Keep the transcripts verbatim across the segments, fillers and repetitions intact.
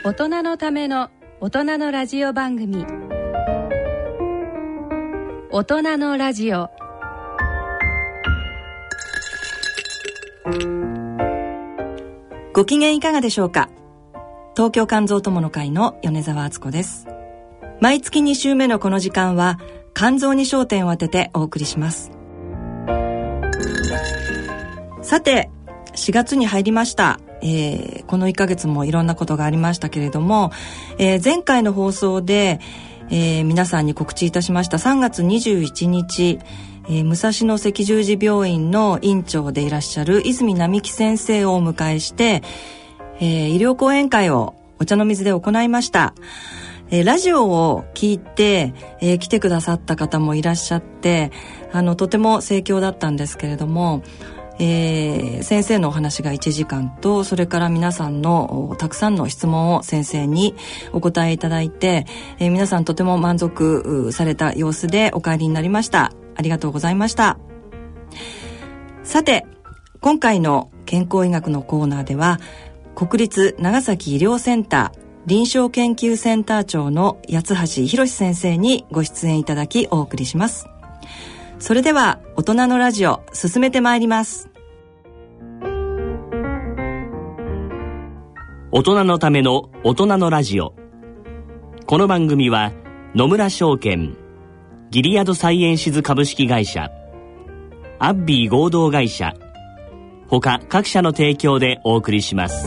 大人のための大人のラジオ番組、大人のラジオ。 ご機嫌いかがでしょうか。東京肝臓友の会の米澤敦子です。毎月に週目のこの時間は肝臓に焦点を当ててお送りします。さて、しがつに入りました。えー、このいっかげつもいろんなことがありましたけれども、えー、前回の放送で、えー、皆さんに告知いたしましたさんがつにじゅういちにち、えー、武蔵野赤十字病院の院長でいらっしゃる泉並木先生をお迎えして、えー、医療講演会をお茶の水で行いました。えー、ラジオを聞いて、えー、来てくださった方もいらっしゃって、あのとても盛況だったんですけれども、えー、先生のお話がいちじかんと、それから皆さんのたくさんの質問を先生にお答えいただいて、えー、皆さんとても満足された様子でお帰りになりました。ありがとうございました。さて、今回の健康医学のコーナーでは、国立長崎医療センター臨床研究センター長の八橋博先生にご出演いただきお送りします。それでは大人のラジオ進めてまいります。 大人のための大人のラジオ。この番組は野村証券、ギリアドサイエンシズ株式会社、アッビー合同会社他各社の提供でお送りします。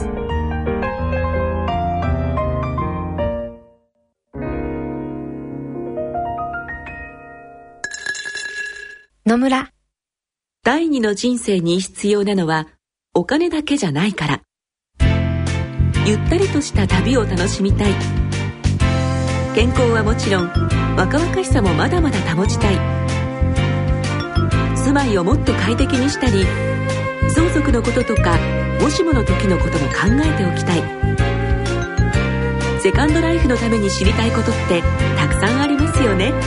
野村。第二の人生に必要なのはお金だけじゃないから。ゆったりとした旅を楽しみたい。健康はもちろん若々しさもまだまだ保ちたい。住まいをもっと快適にしたり、相続のこととかもしもの時のことも考えておきたい。セカンドライフのために知りたいことってたくさんありますよね。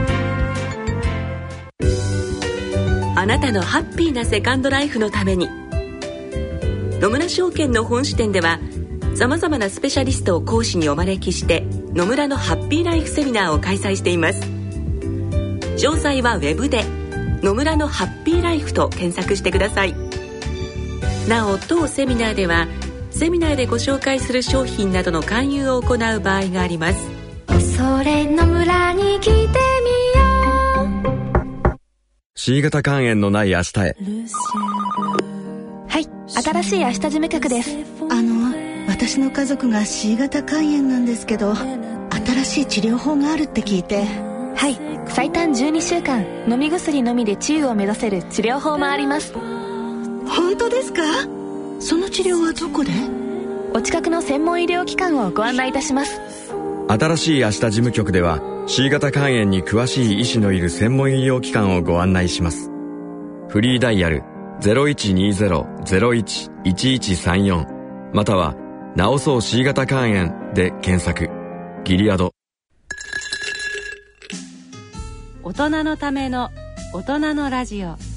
あなたのハッピーなセカンドライフのために、野村証券の本支店ではさまざまなスペシャリストを講師にお招きして野村のハッピーライフセミナーを開催しています。詳細はウェブで野村のハッピーライフと検索してください。なお、当セミナーではセミナーでご紹介する商品などの勧誘を行う場合があります。 それ野村に来てみよう。 C 型肝炎のない明日へ。 はい、新しい明日事務局です。 あの私の家族が C 型肝炎なんですけど、新しい治療法があるって聞いて。 はい、最短じゅうにしゅうかん飲み薬のみで治癒を目指せる治療法もあります。 本当ですか？その治療はどこで？ お近くの専門医療機関をご案内いたします。 新しい明日事務局では C 型肝炎に詳しい医師のいる専門医療機関をご案内します。フリーダイヤル ゼロいちにゼロ ゼロいち いちいちさんよん または治そう C 型肝炎で検索。ギリアド。 大人のための大人のラジオ。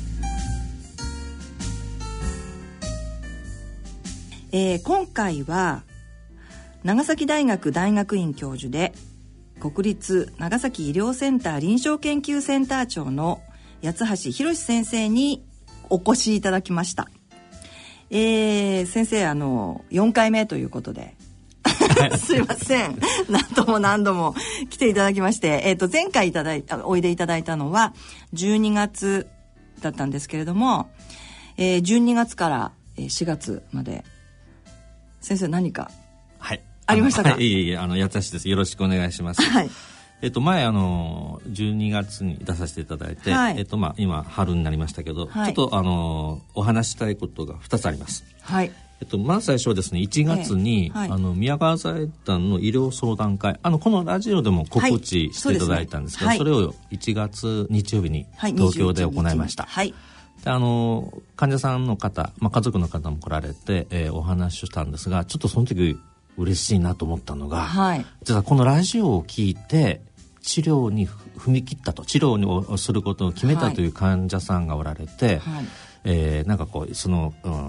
えー、今回は長崎大学大学院教授で国立長崎医療センター臨床研究センター長の八橋博先生にお越しいただきました。えー、先生、あのよんかいめということですいません、何度も何度も来ていただきまして、えー、と前回いただいたおいでいただいたのはじゅうにがつだったんですけれども、えー、じゅうにがつからしがつまで先生何かありましたか？ はい、いえいえ、あの八橋です。よろしくお願いします。 はい。 えっと前あのじゅうにがつに出させていただいて、はい、えっとまあ今春になりましたけど、はい、ちょっとあのお話したいことがふたつあります。はい。えっとまず最初はですね、いちがつに、えーはい、あの宮川財団の医療相談会、あのこのラジオでも告知していただいたんですけど、はい そ, ねはい、それをいちがつ日曜日に東京で行いました。はい。であの患者さんの方、まあ、家族の方も来られて、えー、お話をしたんですが、ちょっとその時嬉しいなと思ったのが、はい、実はこのラジオを聞いて治療に踏み切ったと、治療をすることを決めたという患者さんがおられて、はいえー、なんかこうその、うん、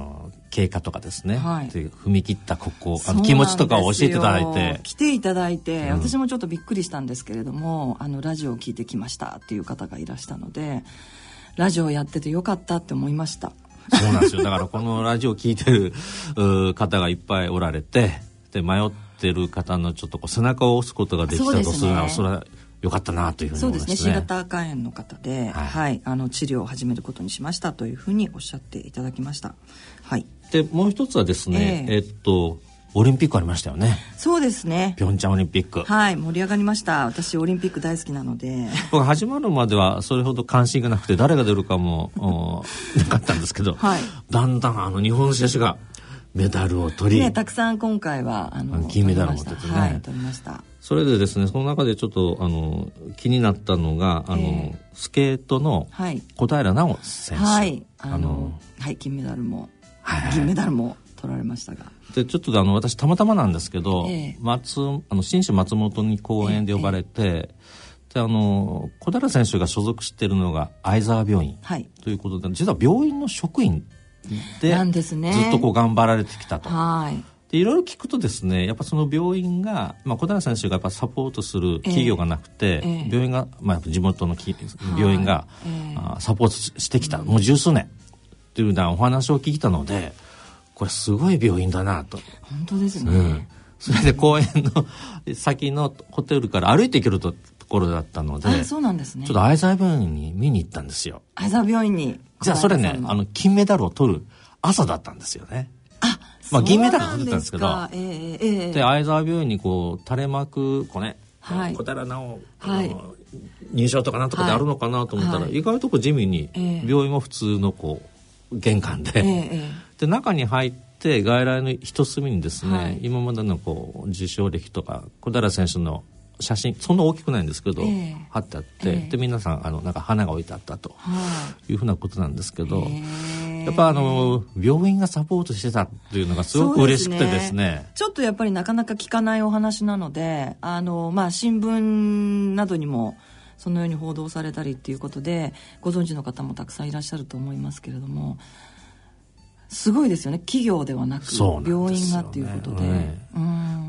経過とかですね、 はい、 で踏み切ったここあの気持ちとかを教えていただいて来ていただいて、 うん、 私もちょっとびっくりしたんですけれども、あのラジオを聞いてきましたっていう方がいらしたので、ラジオやっててよかったって思いました。 そうなんですよ。だからこのラジオを聞いてる方がいっぱいおられて、で迷ってる方のちょっとこう背中を押すことができたとするなら、それはよかったなというふうに思いますね。 そうですね。 C 型肝炎の方で、はいはい、あの治療を始めることにしましたというふうにおっしゃっていただきました。はい。 でもう一つはですね、えー、えっとオリンピックありましたよね。 そうですね。 ピョンチャンオリンピック。 はい、盛り上がりました。私オリンピック大好きなので。 僕始まるまではそれほど関心がなくて誰が出るかもなかったんですけど、はい、だんだんあの日本選手がメダルを取り、 ね、たくさん今回はあの金メダルを取ってね、 はい、取りました。 それでですね、その中でちょっとあの気になったのがあの、えー、スケートの小平奈緒選手、 はい、あの、あのはい、金メダルも、はい、銀メダルも取られましたが、 でちょっとあの私たまたまなんですけど、えー、松あの信州松本に講演で呼ばれて、えーえー、であの小平選手が所属しているのが相沢病院、はい、ということで、実は病院の職員でなんですね、 ずっとこう頑張られてきたと。 はい。 でいろいろ聞くとですね、やっぱその病院が、まあ、小平選手がやっぱサポートする企業がなくて、えー、病院が、まあ、地元のき病院が、えー、あサポートしてきた、うん、もう十数年っていうようなお話を聞いたので、これすごい病院だなと。 本当ですね、 うん、それで公園の先のホテルから歩いて行けるところだったので、 あ、そうなんですね、 ちょっと相沢病院に見に行ったんですよ。 相沢病院に。 じゃあそれね、あの金メダルを取る朝だったんですよね。 あ、 まあ、銀メダルを取ったんですけど、 えーえー、 で相沢病院にこう垂れ幕こうね、はい、小平奈緒、はい、入賞とかなんとかであるのかなと思ったら、はい、意外とこう地味に病院も普通のこう玄関で、えー、で中に入って外来の一隅にですね、はい、今までのこう受賞歴とか小平選手の写真そんな大きくないんですけど、えー、貼ってあって、えー、で皆さんあのなんか花が置いてあったというふうなことなんですけど、えー、やっぱあの病院がサポートしてたっていうのがすごく嬉しくてですね、 ちょっとやっぱりなかなか聞かないお話なので、あの、まあ、新聞などにもそのように報道されたりっていうことでご存知の方もたくさんいらっしゃると思いますけれども、すごいですよね。企業ではなく病院がっていうことで、ね、うん、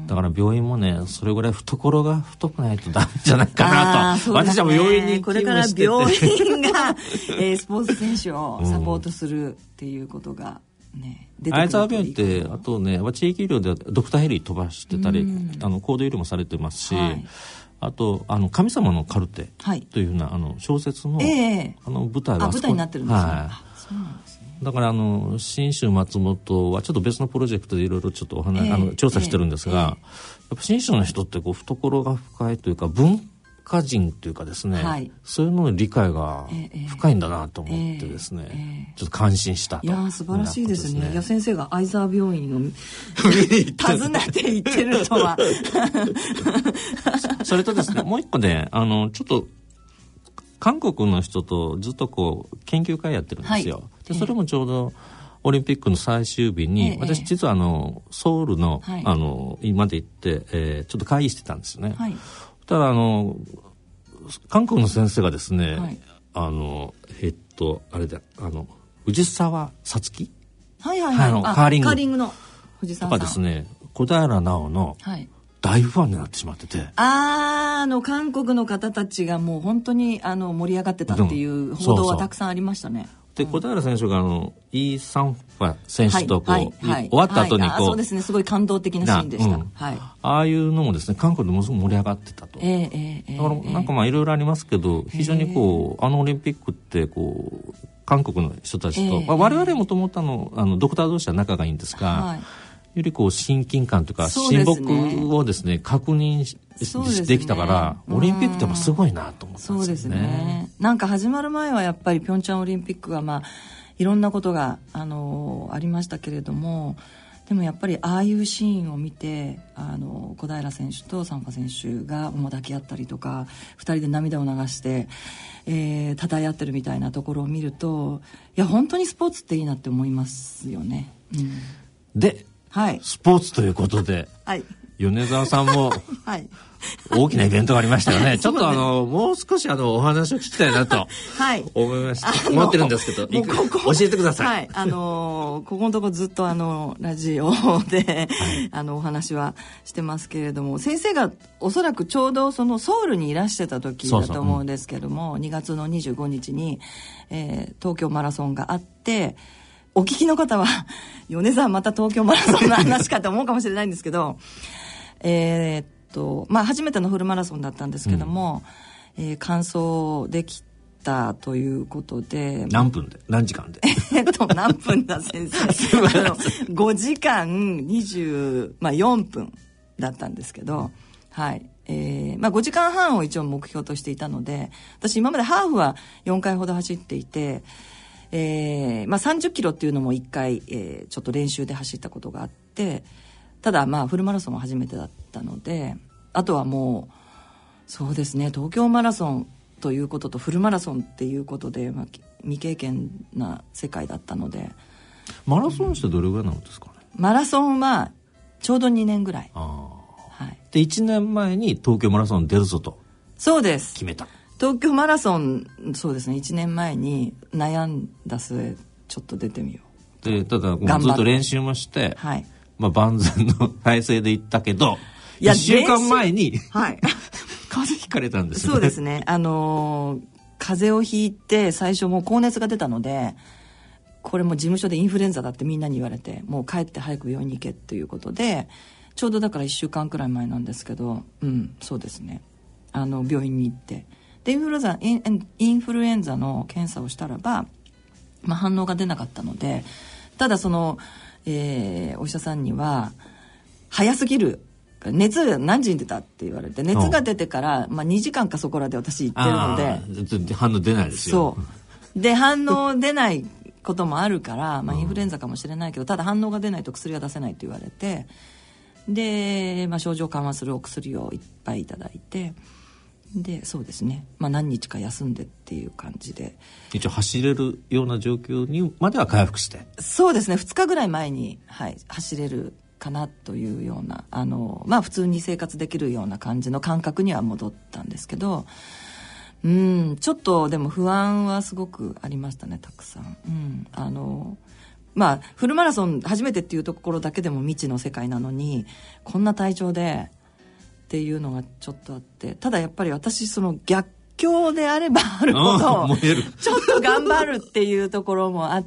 だから病院もねそれぐらい懐が太くないとダメじゃないかなと、ね、私はもう病院にこれから病院が、えー、スポーツ選手をサポートするっていうことが、ね、出てくる。 相沢病院ってあとね地域医療ではドクターヘリ飛ばしてたり、あの高度医療もされてますし、はい、あとあの神様のカルテというふうな、はい、あの小説の、えー、あの舞台があ舞台になってるんですね、はい、 あそうなんですね。だからあの信州松本はちょっと別のプロジェクトでいろいろちょっとお話、えー、あの調査してるんですが、えーえー、やっぱ信州の人ってこう懐が深いというか文化人というかですね、はい、そういうのの理解が深いんだなと思ってですね、えーえー、ちょっと感心したと。 いや素晴らしいですね。いや先生が相沢病院を訪ねて行ってるとはそ, それとですねもう一個ねあのちょっと韓国の人とずっとこう研究会やってるんですよ、はい、でそれもちょうどオリンピックの最終日に、えー、私実はあのソウルの、はい、あの今まで行って、えー、ちょっと会議してたんですよね、はい、ただあの韓国の先生がですね、はい、あのえっとあれだあの藤沢さつきはいはいはい、あのカーリングカーリングの藤沢さんとかですね小平奈緒の、はい大ファンになってしまってて、 あーあの韓国の方たちがもう本当にあの盛り上がってたっていう報道はたくさんありましたね。 で小平選手があのイ・サンファ選手とこう、はいはい、終わった後にこう、はい、 そうですねすごい感動的なシーンでした、うんはい、 ああいうのもですね韓国でもすごく盛り上がってたと、えーえー、だからなんかまあいろいろありますけど、非常にこうあのオリンピックってこう韓国の人たちと、えーまあ、我々もともとあのあのドクター同士は仲がいいんですが、はいよりこう親近感というか親睦をですね確認 し, しできたから、オリンピックってやっぱすごいなと思ったんですよね。 そうですね。なんか始まる前はやっぱりピョンチャンオリンピックはまあいろんなことがあのありましたけれども、でもやっぱりああいうシーンを見てあの小平選手とサンファ選手がもう抱き合ったりとかふたりで涙を流して、えー、たたえ合ってるみたいなところを見ると、いや本当にスポーツっていいなって思いますよね、うん、 ではい、 スポーツということで、 はい、 米沢さんも大きなイベントがありましたよね。ちょっとあのもう少しあのお話を聞きたいなと思いました、はい、思ってるんですけど、ここ教えてください。 はい、あのここのとこずっとあのラジオで、はい、あのお話はしてますけれども、先生がおそらくちょうどそのソウルにいらしてた時だと思うんですけども、そうそう、うん、にがつのにじゅうごにちに、えー、東京マラソンがあって、お聞きの方は米沢また東京マラソンの話かと思うかもしれないんですけどえーっとまあ初めてのフルマラソンだったんですけども、うん、えー、完走できたということで、 何分で何時間でえっと何分だ先生あのごじかんにじゅうよんぷんだったんですけど、はい、えーまあ、ごじかんはんを一応目標としていたので、私今までハーフはよんかいほど走っていて、えーまあ、さんじゅっキロっていうのもいっかい、えー、ちょっと練習で走ったことがあって、ただまあフルマラソンは初めてだったので、あとはもうそうですね、東京マラソンということとフルマラソンっていうことで、まあ、未経験な世界だったので。 マラソンしてどれぐらいなんですかね。 マラソンはちょうどにねんぐらい。 あ、はい、でいちねんまえに東京マラソン出るぞと。 そうです、 決めた。 東京マラソン、そうですね、いちねんまえに悩んだ末ちょっと出てみようで、ただずっと練習もして、はい、まあ、万全の体制で行ったけど、いやいっしゅうかんまえに、はい、風邪ひかれたんですね。 そうですね、あのー、風邪をひいて最初もう高熱が出たので、これも事務所でインフルエンザだってみんなに言われて、もう帰って早く病院に行けということで、ちょうどだからいっしゅうかんくらい前なんですけど、うん、そうですね、あの病院に行ってでインフルエンザ、イン、インフルエンザの検査をしたらば、まあ、反応が出なかったので、ただその、えー、お医者さんには早すぎる、熱何時に出たって言われて、熱が出てから、まあ、にじかんかそこらで私行ってるので、 反応出ないですよ。 そうで、反応出ないこともあるから、まあ、インフルエンザかもしれないけど、ただ反応が出ないと薬は出せないと言われて、で、まあ、症状緩和するお薬をいっぱいいただいて、でそうですね、まあ、何日か休んでっていう感じで、 一応走れるような状況にまでは回復して、 そうですね、ふつかぐらい前に、はい、走れるかなというような、あの、まあ、普通に生活できるような感じの感覚には戻ったんですけど、うん、ちょっとでも不安はすごくありましたね、たくさん。うん、あのまあ、フルマラソン初めてっていうところだけでも未知の世界なのに、こんな体調でっていうのがちょっとあって、ただやっぱり私その逆境であればあるほどちょっと頑張るっていうところもあって、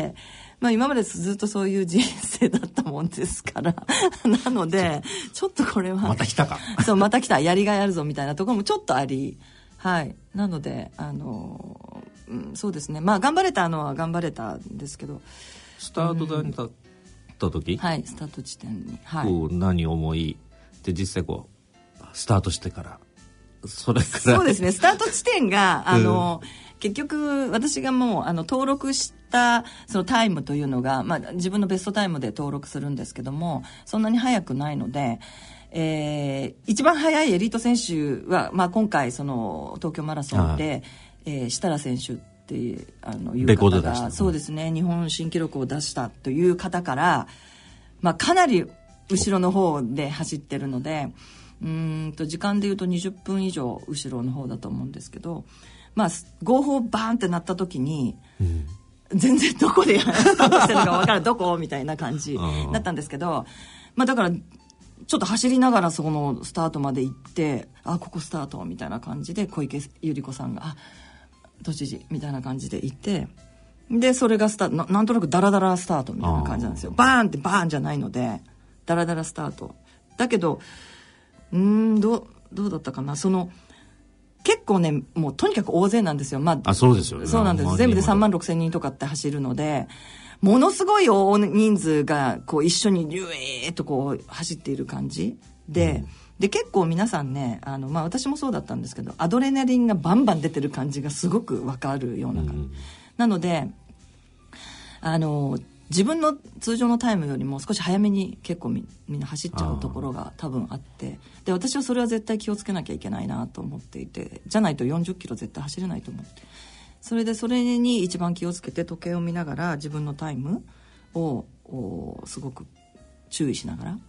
まあ、今までずっとそういう人生だったもんですからなのでちょっとこれはまた来たかそうまた来た、やりがいあるぞみたいなところもちょっとあり、はい、なのであの、うん、そうですね、まあ頑張れたのは頑張れたんですけど、 スタート台に立った時、うん、 はいスタート地点に、はい、 こう何を思いで実際こうスタートしてからそれからそうですね、スタート地点があの、うん、結局私がもうあの登録したそのタイムというのが、まあ、自分のベストタイムで登録するんですけども、そんなに速くないので、えー、一番速いエリート選手は、まあ、今回その東京マラソンで、えー、設楽選手っていうあのいうレコード出した、 そうですね、日本新記録を出したという方から、まあ、かなり後ろの方で走ってるので、うーんと時間でいうとにじゅっぷん以上後ろの方だと思うんですけど、まあ号砲バーンってなった時に、うん、全然どこでスタートしてるのか分からないどこみたいな感じだったんですけど、まあだからちょっと走りながらそこのスタートまで行って、あここスタートみたいな感じで小池百合子さんがあ都知事みたいな感じで行って、でそれがスタート な, なんとなくダラダラスタートみたいな感じなんですよ。バーンってバーンじゃないのでダラダラスタートだけど、うーんどうどうだったかな、その結構ねもうとにかく大勢なんですよ。まあ、 あそうですよね。 そうなんです。全部でさんまんろくせんにんとかって走るので、ものすごい大人数がこう一緒にリューッとこう走っている感じで、うん、で結構皆さんね、あの、まあ、私もそうだったんですけど、アドレナリンがバンバン出てる感じがすごく分かるような感じ、うん、なのであの自分の通常のタイムよりも少し早めに結構 み, みんな走っちゃうところが多分あって、で私はそれは絶対気をつけなきゃいけないなと思っていて、じゃないとよんじゅっキロ絶対走れないと思って、それでそれに一番気をつけて時計を見ながら自分のタイムをすごく注意しながら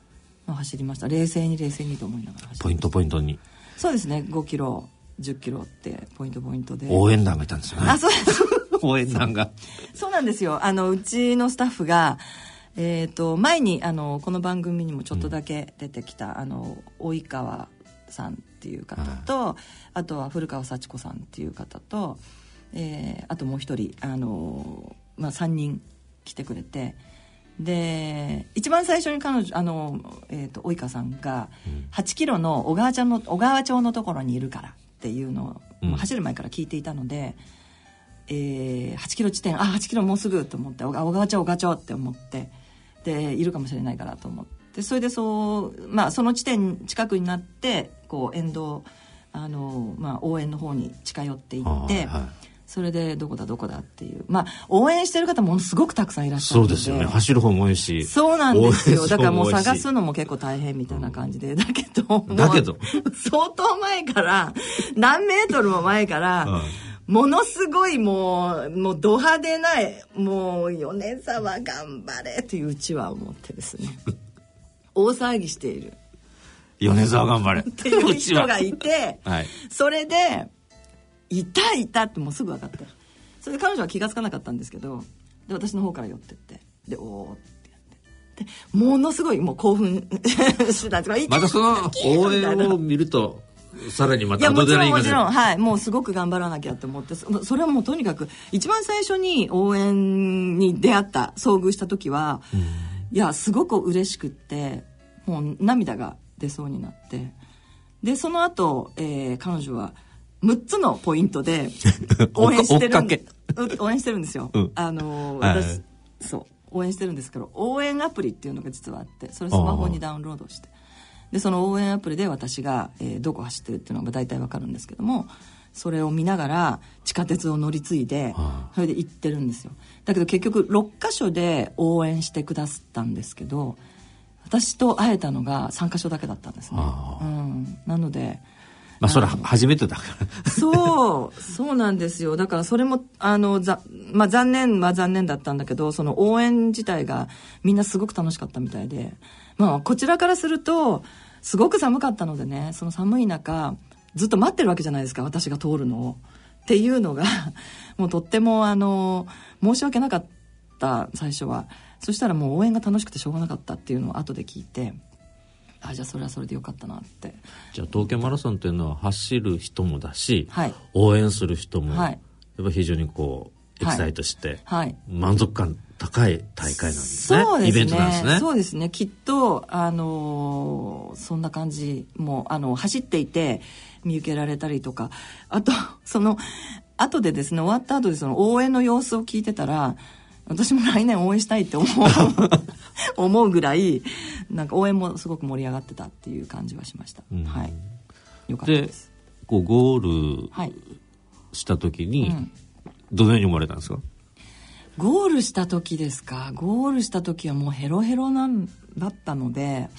走りました。冷静に冷静にと思いながら走りました。 ポイントポイントに。 そうですね、ごキロじゅっキロってポイントポイントで応援団がいたんですよね。 あ、そうです応援団がそうなんですよ。あのうちのスタッフが、えー、と前にあのこの番組にもちょっとだけ出てきた、うん、あの及川さんっていう方と、はい、あとは古川幸子さんっていう方と、えー、あともう一人あの、まあ、さんにん来てくれて、で一番最初に彼女あの、えー、と及川さんがはちキロの小川町の小川町のところにいるからっていうのを、うん、走る前から聞いていたので、えー、はちキロ地点、あはちキロもうすぐと思って、小川町小川町って思って、でいるかもしれないからと思って、それでそう、まあ、その地点近くになってこう沿道あの、まあ、応援の方に近寄っていって、はい、それでどこだどこだっていう、まあ、応援してる方ものすごくたくさんいらっしゃるので。 そうですよね、走る方も多いし。 そうなんですよ。だからもう探すのも結構大変みたいな感じで、うん、だけどだけど相当前から何メートルも前から、うんものすごいもう、もうド派手な、もう米沢頑張れといううちわを持ってですね、大騒ぎしている。 米沢頑張れ。 っていう人がいて、はい、それで、いたいたってもうすぐ分かった。それで彼女は気がつかなかったんですけど、で、私の方から寄ってって、で、おーってやって。で、ものすごいもう興奮してたんですが、 またその応援を見ると、さらにまたいやもちろんもちろん、はい、もうすごく頑張らなきゃと思って、そ, それはもうとにかく一番最初に応援に出会った遭遇した時は、うん、いやすごく嬉しくってもう涙が出そうになって、でその後、えー、彼女はむっつのポイントで応援してるん応援してるんですよ、うん、あのー、私、はい、そう応援してるんですけど、応援アプリっていうのが実はあって、それスマホにダウンロードして、でその応援アプリで私が、えー、どこ走ってるっていうのが大体わかるんですけども、それを見ながら地下鉄を乗り継いで、はあ、それで行ってるんですよ。だけど結局ろっかしょで応援してくださったんですけど、私と会えたのがさんかしょだけだったんですね、はあうん、なのでまあそれは初めてだからそうそうなんですよ。だからそれもあのざ、まあ、残念は残念だったんだけど、その応援自体がみんなすごく楽しかったみたいで、まあ、こちらからするとすごく寒かったのでね、その寒い中ずっと待ってるわけじゃないですか、私が通るのをっていうのがもうとってもあの申し訳なかった最初は。そしたらもう応援が楽しくてしょうがなかったっていうのを後で聞いて、あじゃあそれはそれでよかったなって。 じゃあ東京マラソンというのは走る人もだし、 はい、 応援する人も、 はい、 やっぱ非常にこうエキサイトして、 はい、 満足感高い大会なんですね。 そうですね、 イベントなんですね。 そうですね、きっとあのー、そんな感じもあの走っていて見受けられたりとか、あとその後でですね、終わった後でその応援の様子を聞いてたら、私も来年応援したいって思う思うぐらいなんか応援もすごく盛り上がってたっていう感じはしました、うんはい、よかったです。 でこうゴールした時に、はいうん、どのように思われたんですか？ ゴールした時ですか。ゴールした時はもうヘロヘロなんだったので、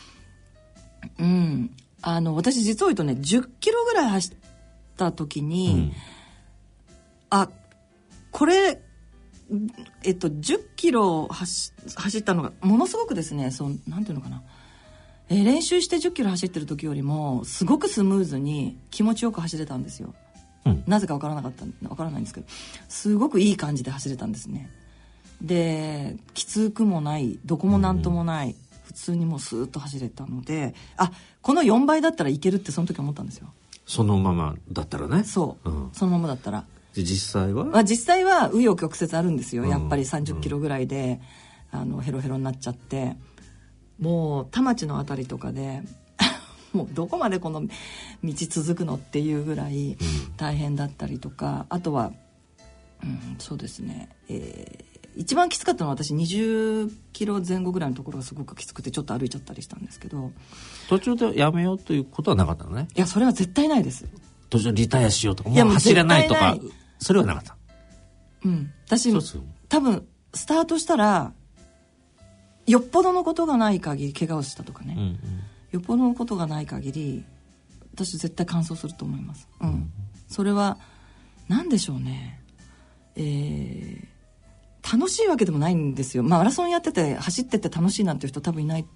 うんあの私実を言うとねじゅっキロぐらい走った時に、うん、あこれえっと、じゅっキロ 走, 走ったのがものすごくですね、そうなんていうのかな、えー、練習してじゅっキロ走ってる時よりもすごくスムーズに気持ちよく走れたんですよ、うん、なぜか分からなかった分からないんですけど、すごくいい感じで走れたんですね。できつくもないどこもなんともない、うん、普通にもうスーッと走れたので、あこのよんばいだったらいけるってその時思ったんですよ。 そのままだったらね。 そう、うん、そのままだったら。 で実際は、 まあ、実際は紆余曲折あるんですよ、やっぱりさんじゅっキロぐらいで、うん、あのヘロヘロになっちゃって、もう田町のあたりとかでもうどこまでこの道続くのっていうぐらい大変だったりとか、あとは、うん、そうですね、えー、一番きつかったのは私にじゅっキロぜん後ぐらいのところがすごくきつくてちょっと歩いちゃったりしたんですけど、 途中でやめようということはなかったのね。 いやそれは絶対ないです。 途中リタイアしようとかもう走れないとかそれはなかった。 うん、私多分スタートしたらよっぽどのことがない限り怪我をしたとかね、うんうん、よっぽどのことがない限り私絶対完走すると思います、うんうん、それは何でしょうね、えー、楽しいわけでもないんですよ。まあマラソンやってて走ってて楽しいなんていう人多分いないと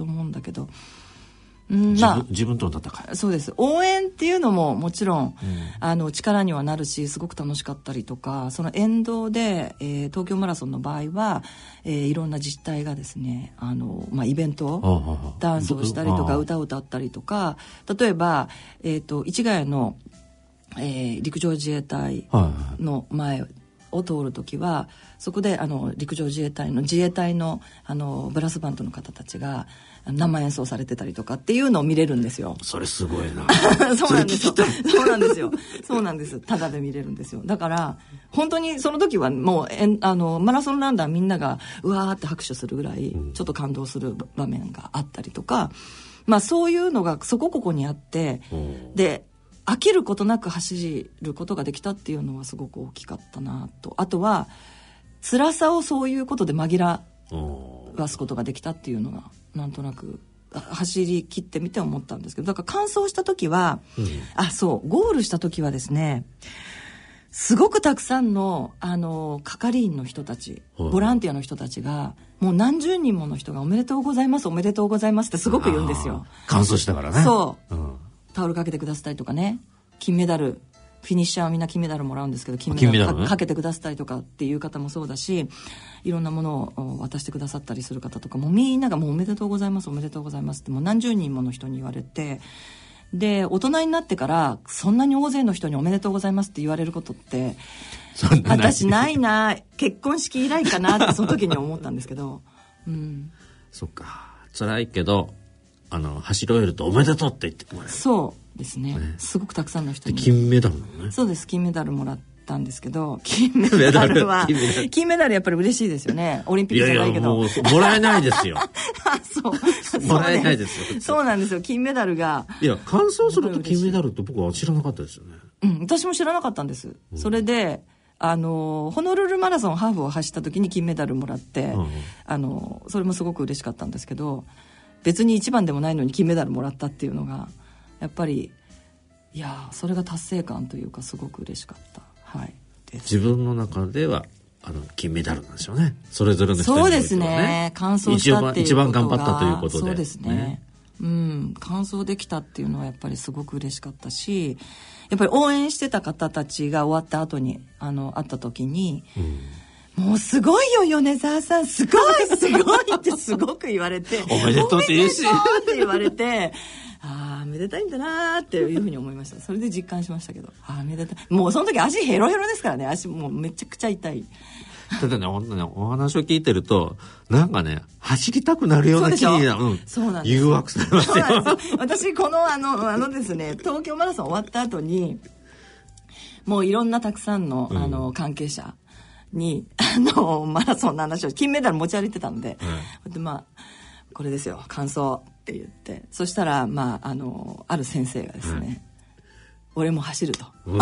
そう思うんだけど、うん、まあ、 自分との戦い。 そうです。応援っていうのももちろん、うん、あの力にはなるし、すごく楽しかったりとか、その沿道で、えー、東京マラソンの場合は、えー、いろんな自治体がですね、あの、まあ、イベント、ダンスをしたりとか、歌を歌ったりとか、例えば、えっと、市ヶ谷の、えー、陸上自衛隊の前を通るときは、そこであの陸上自衛隊の自衛隊のあのブラスバンドの方たちが生演奏されてたりとかっていうのを見れるんですよ。 それすごいな。 そうなんですよ。そうなんですよ。そうなんです。ただで見れるんですよ。だから本当にその時はもうえんあのマラソンランナーみんながうわーって拍手するぐらいちょっと感動する場面があったりとか、まあそういうのがそこここにあって、で飽きることなく走ることができたっていうのはすごく大きかったなと。あとは辛さをそういうことで紛らわすことができたっていうのがなんとなく走り切ってみて思ったんですけど、だから完走した時は、うん、あそうゴールした時はですね、すごくたくさんのあの係員の人たち、ボランティアの人たちがもう何十人もの人がおめでとうございますおめでとうございますってすごく言うんですよ。 完走したからね。 そう、 うん、 タオルかけてくださったりとかね、金メダルフィニッシャーはみんな金メダルもらうんですけど、金メダル、金メダル、ね、か, かけてくださったりとかっていう方もそうだし、いろんなものを渡してくださったりする方とかもみんながもうおめでとうございますおめでとうございますってもう何十人もの人に言われて、で大人になってからそんなに大勢の人におめでとうございますって言われることって私ないな、結婚式以来かなってその時に思ったんですけど、うん、 そっか、辛いけどあの走り終えるとおめでとうって言ってもらえる。 そうですね、ね、すごくたくさんの人に。 金メダルもね。 そうです、金メダルもらったんですけど、金メダルは金メダル、金メダルやっぱり嬉しいですよね。オリンピックじゃないけど。 いやいやもうもらえないですよ。 そうもらえないですよ。 そうなんですよ、金メダルが。 いや完走すると金メダルって僕は知らなかったですよね。 うん、私も知らなかったんです、うん、それであのホノルルマラソンハーフを走った時に金メダルもらって、うん、あのそれもすごく嬉しかったんですけど、別に一番でもないのに金メダルもらったっていうのがやっぱり、いやそれが達成感というかすごく嬉しかった、はい、 自分の中ではあの金メダルなんでしょうね。それぞれの人に、ね、 そうですね、完走したっていうことが一番頑張ったということで、 そうですね、ね、うん、完走できたっていうのはやっぱりすごく嬉しかったし、やっぱり応援してた方たちが終わった後にあの会った時に、うん、もうすごいよ米沢さん、すごいすごいってすごく言われておめでとうって言うしって言われてああめでたいんだなっていうふうに思いました。それで実感しましたけど、ああめでたい、もうその時足ヘロヘロですからね、足もうめちゃくちゃ痛い。 ただね、本当ね、お話を聞いてるとなんかね走りたくなるような気になる、うん、 そうなんです、 誘惑されますよ。 そうなんです。私このあのあのですね、東京マラソン終わった後にもういろんなたくさんの、うん、あの関係者にあのマラソンの話を、金メダル持ち歩いてたんで、うん、でまあこれですよ完走って言って、そしたらまああのある先生がですね、うん、俺も走ると、うん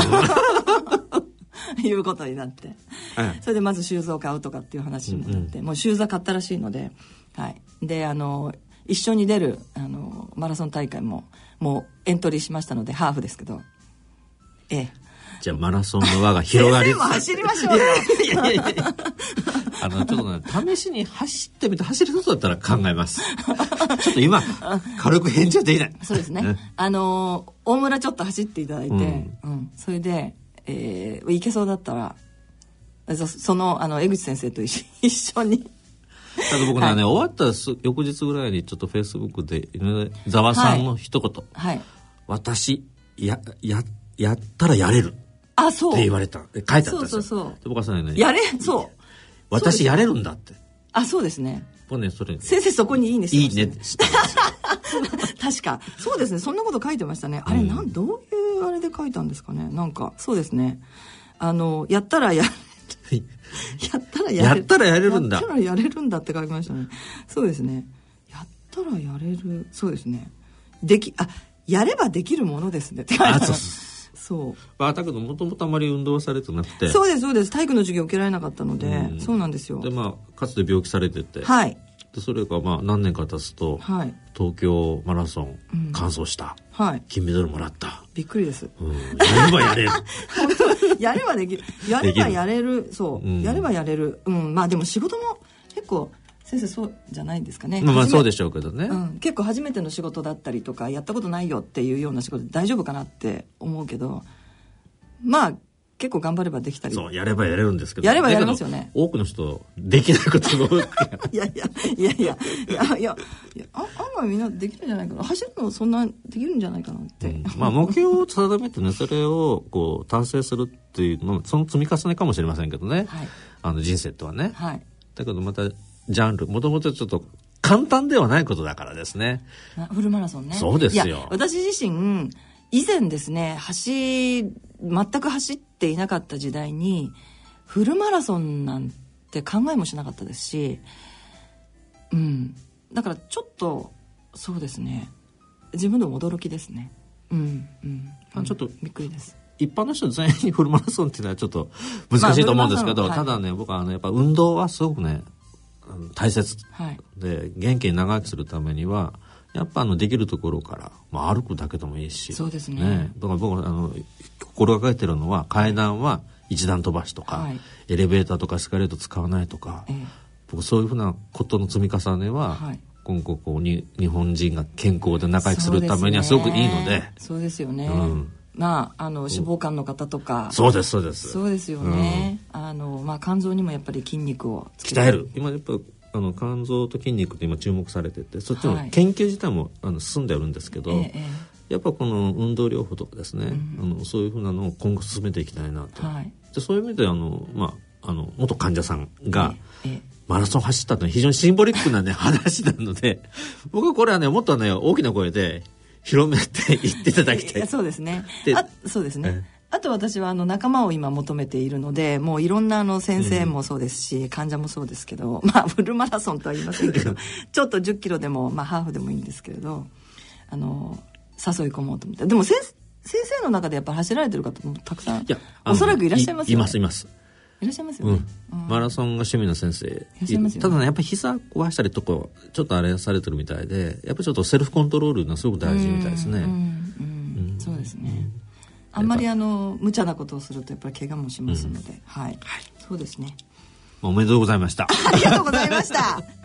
いうことになって、うん、それでまずシューズを買うとかっていう話にもなって、うんうん、もうシューズは買ったらしいので、はい、であの一緒に出るあのマラソン大会ももうエントリーしましたので、ハーフですけど、ええ、 じゃあマラソンの輪が広がり先生も走りましょうよ。いやいやいやあのちょっとね試しに走ってみて走りそうだったら考えます。ちょっと今軽く返事はできない。 そうですね、ね、あの大村ちょっと走っていただいて、うんうん、それでえー、行けそうだったら そ, そのあの江口先生と一緒にただ僕ね、はい、終わった翌日ぐらいにちょっとフェイスブックでざわさんの一言、はいはい、私 や, や, やったらやれるあそうって言われた、書いてあったんですよ。そうそうそう、で僕はそれね、やれそう私やれるんだって。 あそうですね、 僕ねそれ先生そこにいいねしてました、ね、 いいねして確かそうですね、そんなこと書いてましたね。あれ、うん、なんどういうあれで書いたんですかね。なんかそうですね、あのやったらややったらやれるやったらやれるんだやったらやれるんだって書きましたね。そうですね、やったらやれる、そうですね、できあやればできるものですねって書いてある。そうそう、 まあ、だけどもともとあまり運動されてなくて。 そうですそうです、体育の授業受けられなかったので、うん、そうなんですよ。 でまあかつて病気されてて、 はい、 でそれがまあ何年か経つと、はい、東京マラソン完走した、うん、はい、金メダルもらった。 びっくりです、 うん、やればやれる。 本当やればできる、やればやれる、そう、うん、やればやれる、うん、まあでも仕事も結構先生そうじゃないんですかね。 まあそうでしょうけどね、 うん、結構初めての仕事だったりとかやったことないよっていうような仕事で大丈夫かなって思うけど、まあ結構頑張ればできたり、 そうやればやれるんですけど、 やればやれますよね。 多くの人できないことが多いいやいやいやいやいやいやいやあ案外みんなできるんじゃないかな、走るのそんなできるんじゃないかなって、うん、まあ目標を定めてねそれをこう達成するっていうのその積み重ねかもしれませんけどね、はい、あの人生とはね、はい、だけどまたジャンルもともとちょっと簡単ではないことだからですね。 フルマラソンね。 そうですよ。 いや私自身以前ですね走全く走っていなかった時代にフルマラソンなんて考えもしなかったですし、うん、だからちょっとそうですね自分でも驚きですね。うんうんあちょっとびっくりです。 一般の人全員にフルマラソンっていうのはちょっと難しいと思うんですけど、まあ、ただね、はい、僕はあのやっぱ運動はすごくね大切、はい、で元気に長生きするためにはやっぱあのできるところから、まあ、歩くだけでもいいし、 そうですね。 ねだから僕はあの心がけてるのは階段は一段飛ばしとか、はい、エレベーターとかエスカレーター使わないとか、ええ、僕そういうふうなことの積み重ねは、はい、今後こうに日本人が健康で長生きするためにはすごくいいので、 そうですよね。うんまあ、あの脂肪肝の方とか、 そうですそうですそうですよね、うんあのまあ、肝臓にもやっぱり筋肉をつけて鍛える今やっぱあの肝臓と筋肉って今注目されててそっちの研究自体も、はい、あの進んであるんですけど、ええ、やっぱこの運動療法とかですね、うん、あのそういうふうなのを今後進めていきたいなと、はい、でそういう意味であの、まあ、あの元患者さんが、ええ、マラソン走ったというのは非常にシンボリックな、ね、話なので僕はこれはねもっとね大きな声で広めていっていただきたい。 そうですね。あ、そうですね。あと私はあの仲間を今求めているので、もういろんなあの先生もそうですし、うん、患者もそうですけど、まあフルマラソンとは言いませんけど、ちょっとじゅっキロでもまあハーフでもいいんですけれど、あの誘い込もうと思って。でも先先生の中でやっぱ走られてる方もたくさん、いやおそらくいらっしゃいますよね。 いますいます。 いらっしゃいますよね、 うんうん、マラソンが趣味の先生いらっしゃいますよね。ただねやっぱり膝壊したりとかちょっとあれされてるみたいでやっぱりちょっとセルフコントロールがすごく大事みたいですね。うんうんうん、そうですね。あんまりあの無茶なことをするとやっぱり怪我もしますので、うん、はい、はい、そうですね。 おめでとうございました。 ありがとうございました。